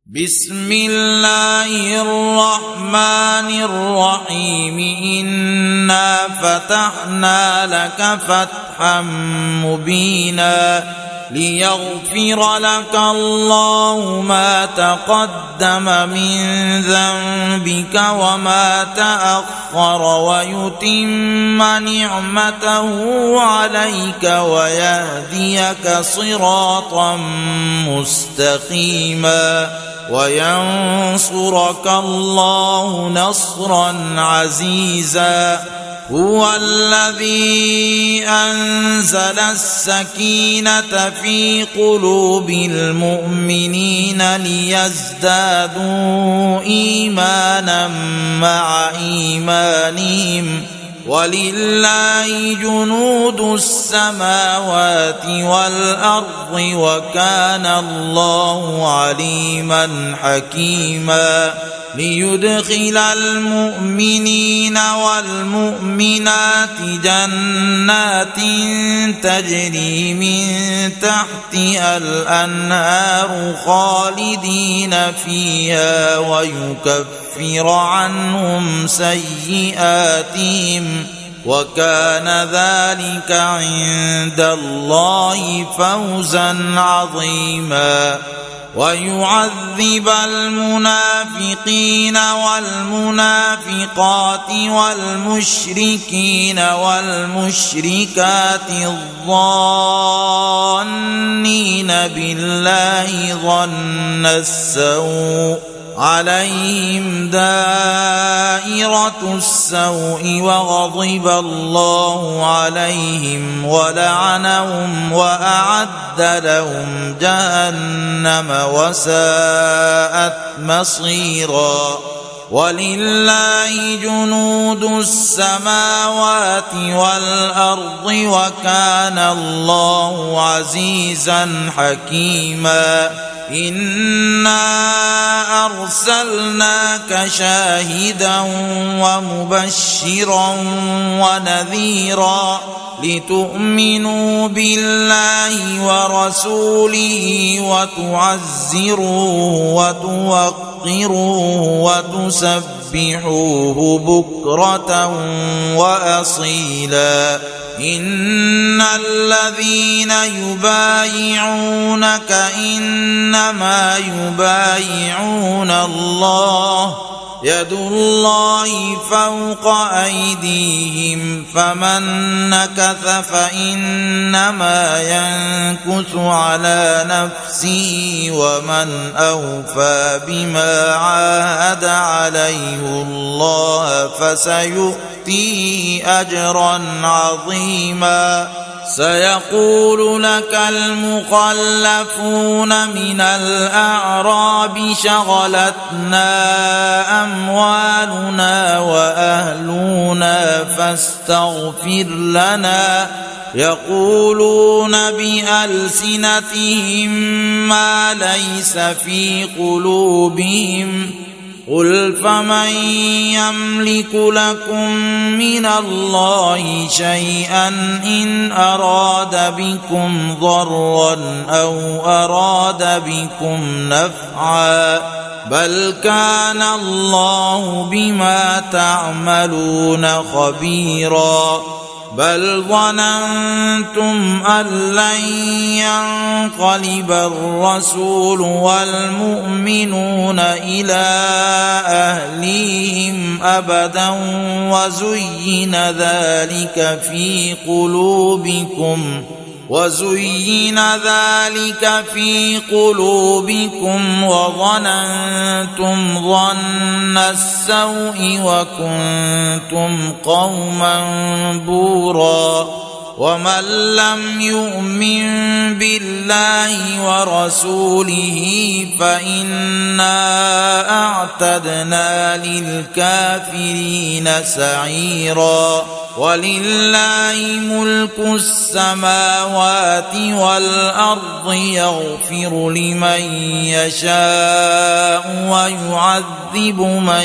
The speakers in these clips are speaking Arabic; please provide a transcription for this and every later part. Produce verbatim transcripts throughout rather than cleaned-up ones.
بسم الله الرحمن الرحيم إنا فتحنا لك فتحا مبينا ليغفر لك الله ما تقدم من ذنبك وما تأخر ويتم نعمته عليك ويهديك صراطا مستقيما وينصرك الله نصرا عزيزا هو الذي أنزل السكينة في قلوب المؤمنين ليزدادوا إيمانا مع إيمانهم ولله جنود السماوات والأرض وكان الله عليما حكيما ليدخل المؤمنين والمؤمنات جنات تجري من تحتها الأنهار خالدين فيها ويكفر عنهم سيئاتهم وكان ذلك عند الله فوزا عظيما ويعذب المنافقين والمنافقات والمشركين والمشركات الظانين بالله ظن السوء عليهم دائرة السوء وغضب الله عليهم ولعنهم وأعد لهم جهنم وساءت مصيرا ولله جنود السماوات والأرض وكان الله عزيزا حكيما إنا أرسلناك شاهدا ومبشرا ونذيرا لتؤمنوا بالله ورسوله وتعزروه وتوقروه وتسبحوه بكرة وأصيلا إن الذين يبايعونك إنما يبايعون الله يد الله فوق أيديهم فمن نكث فإنما ينكث على نفسه ومن أوفى بما عاهد عليه الله فسيؤتيه أجرا عظيما سيقول لك المخلفون من الأعراب شغلتنا أموالنا وأهلنا فاستغفر لنا يقولون بألسنتهم ما ليس في قلوبهم قل فمن يملك لكم من الله شيئا إن أراد بكم ضرا أو أراد بكم نفعا بل كان الله بما تعملون خبيرا بل ظننتم أن لن ينقلب الرسول والمؤمنون إلى أهليهم أبدا وزين ذلك في قلوبكم وزين ذلك في قلوبكم وظننتم ظن السوء وكنتم قوما بورا ومن لم يؤمن بالله ورسوله فإنا أعتدنا للكافرين سعيرا ولله ملك السماوات والأرض يغفر لمن يشاء ويعذب من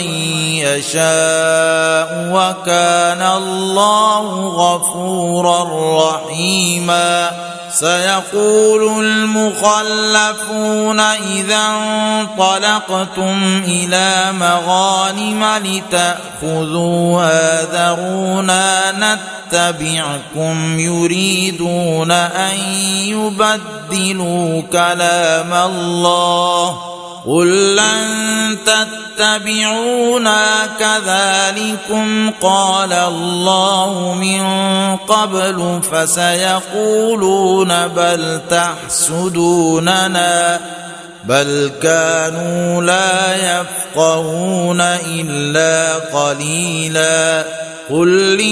يشاء وكان الله غفورا رحيما سيقول المخلفون إذا انطلقتم إلى مغانم لتأخذوها ذرونا نتبعكم يريدون أن يبدلوا كلام الله قل لن تتبعونا كذلكم قال الله من قبل فسيقولون بل تحسدوننا بل كانوا لا يفقهون إلا قليلا قل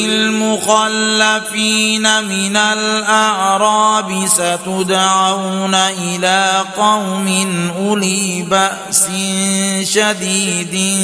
للمخلفين من الأعراب ستدعون إلى قوم أولي بأس شديد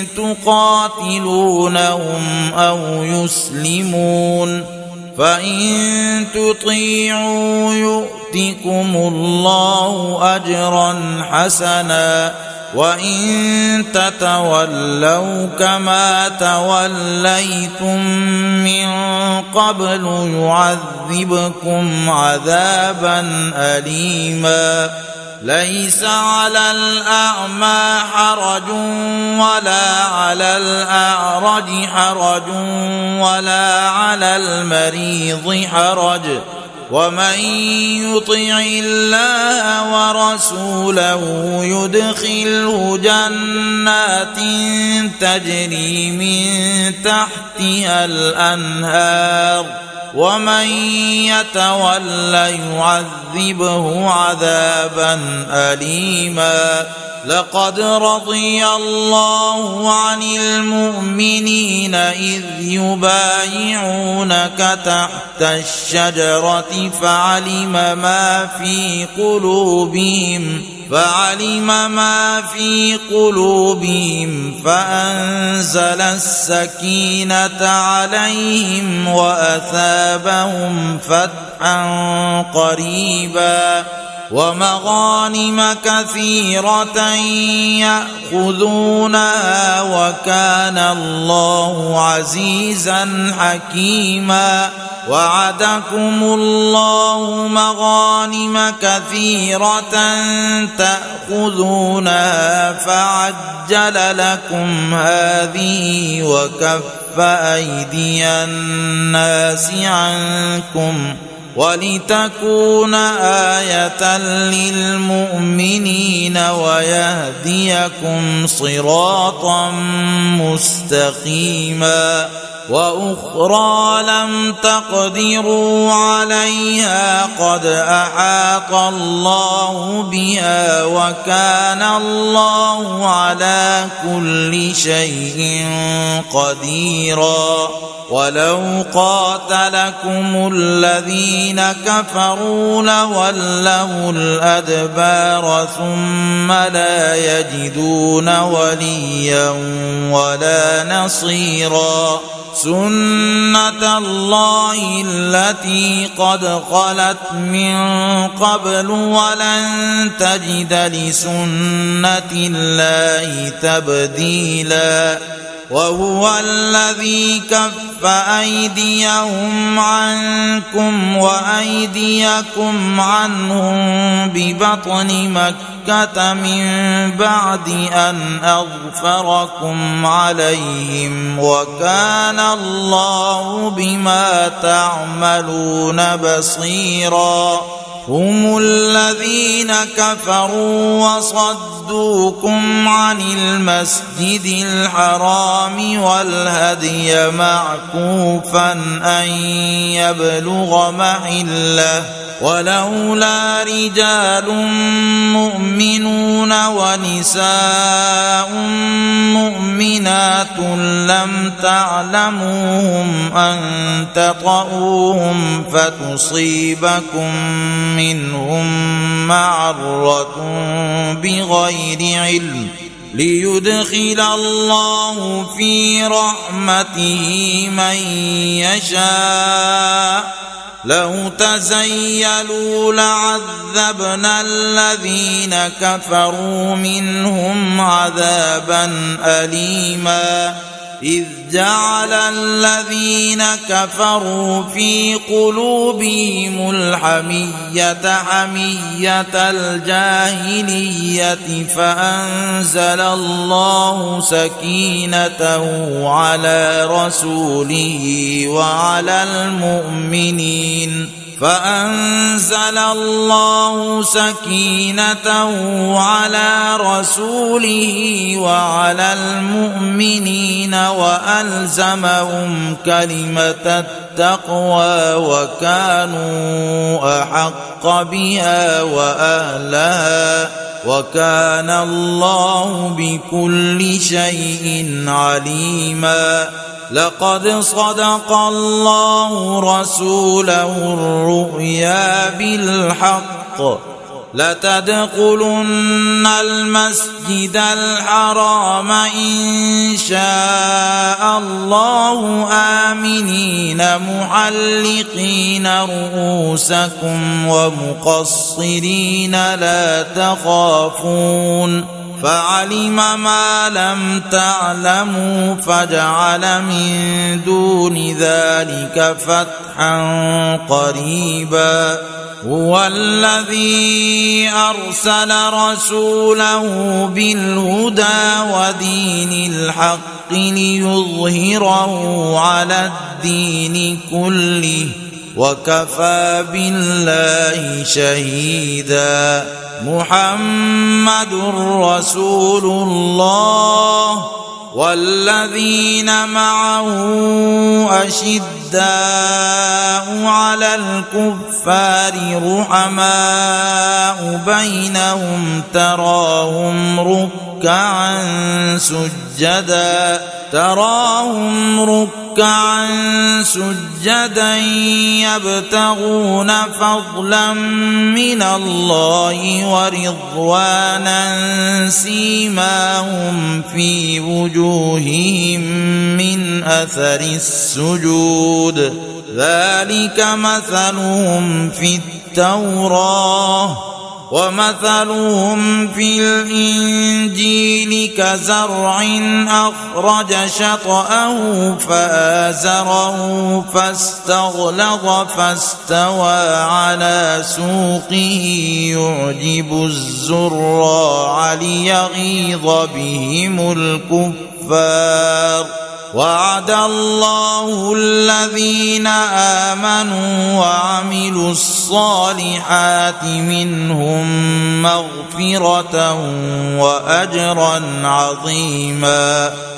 تقاتلونهم أو يسلمون فإن تطيعوا يؤتكم الله أجرا حسنا وإن تتولوا كما توليتم من قبل يعذبكم عذابا أليما ليس على الأعمى حرج ولا على الأعرج حرج ولا على المريض حرج ومن يطع الله ورسوله يدخله جنات تجري من تحتها الأنهار ومن يتولى يعذبه عذابا أليما لقد رضي الله عن المؤمنين إذ يبايعونك تحت الشجرة فعلم ما في قلوبهم فعلم ما في قلوبهم فأنزل السكينة عليهم وأثابهم فتحا قريبا ومغانم كثيرة يأخذونها وكان الله عزيزا حكيما وعدكم الله مغانم كثيرة تأخذونها فعجل لكم هذه وكف أيدي الناس عنكم ولتكون آية للمؤمنين ويهديكم صراطا مستقيما وأخرى لم تقدروا عليها قد أحاط الله بها وكان الله على كل شيء قديرا ولو قاتلكم الذين كفروا لولوا الأدبار ثم لا يجدون وليا ولا نصيرا سنة الله التي قد خلت من قبل ولن تجد لسنة الله تبديلا وهو الذي كف أيديهم عنكم وأيديكم عنهم ببطن مكة من بعد أن أظفركم عليهم وكان الله بما تعملون بصيرا هم الذين كفروا وصدوكم عن المسجد الحرام والهدي معكوفا أن يبلغ محله ولولا رجال مؤمنون ونساء مؤمنات لم تعلموهم أن تطؤوهم فتصيبكم منهم معرة بغير علم ليدخل الله في رحمته من يشاء لو تزيلوا لعذبنا الذين كفروا منهم عذابا أليما إذ جعل الذين كفروا في قلوبهم الحمية حمية الجاهلية فأنزل الله سكينته على رسوله وعلى المؤمنين فأنزل الله سكينته على رسوله وعلى المؤمنين وألزمهم كلمة التقوى وكانوا أحق بها وأهلها وكان الله بكل شيء عليما. لقد صدق الله رسوله الرؤيا بالحق لتدخلن المسجد الحرام إن شاء الله آمنين محلقين رؤوسكم ومقصرين لا تخافون فعلم ما لم تعلموا فجعل من دون ذلك فتحا قريبا. هو الذي أرسل رسوله بالهدى ودين الحق ليظهره على الدين كله وكفى بالله شهيدا. محمد رسول الله والذين معه أشداء على الكفار رحماء بينهم تراهم ركعا سجدا تراهم ركعا سجدا يبتغون فضلا من الله ورضوانا سيماهم في وجوههم من أثر السجود ذلك مثلهم في التوراة ومثلهم في الإنجيل كزرع أخرج شطأه فآزره فاستغلظ فاستوى على سوقه يعجب الزراع ليغيظ بهم الكفار. وعد الله الذين آمنوا وعملوا الصالحات منهم مغفرة وأجرا عظيما.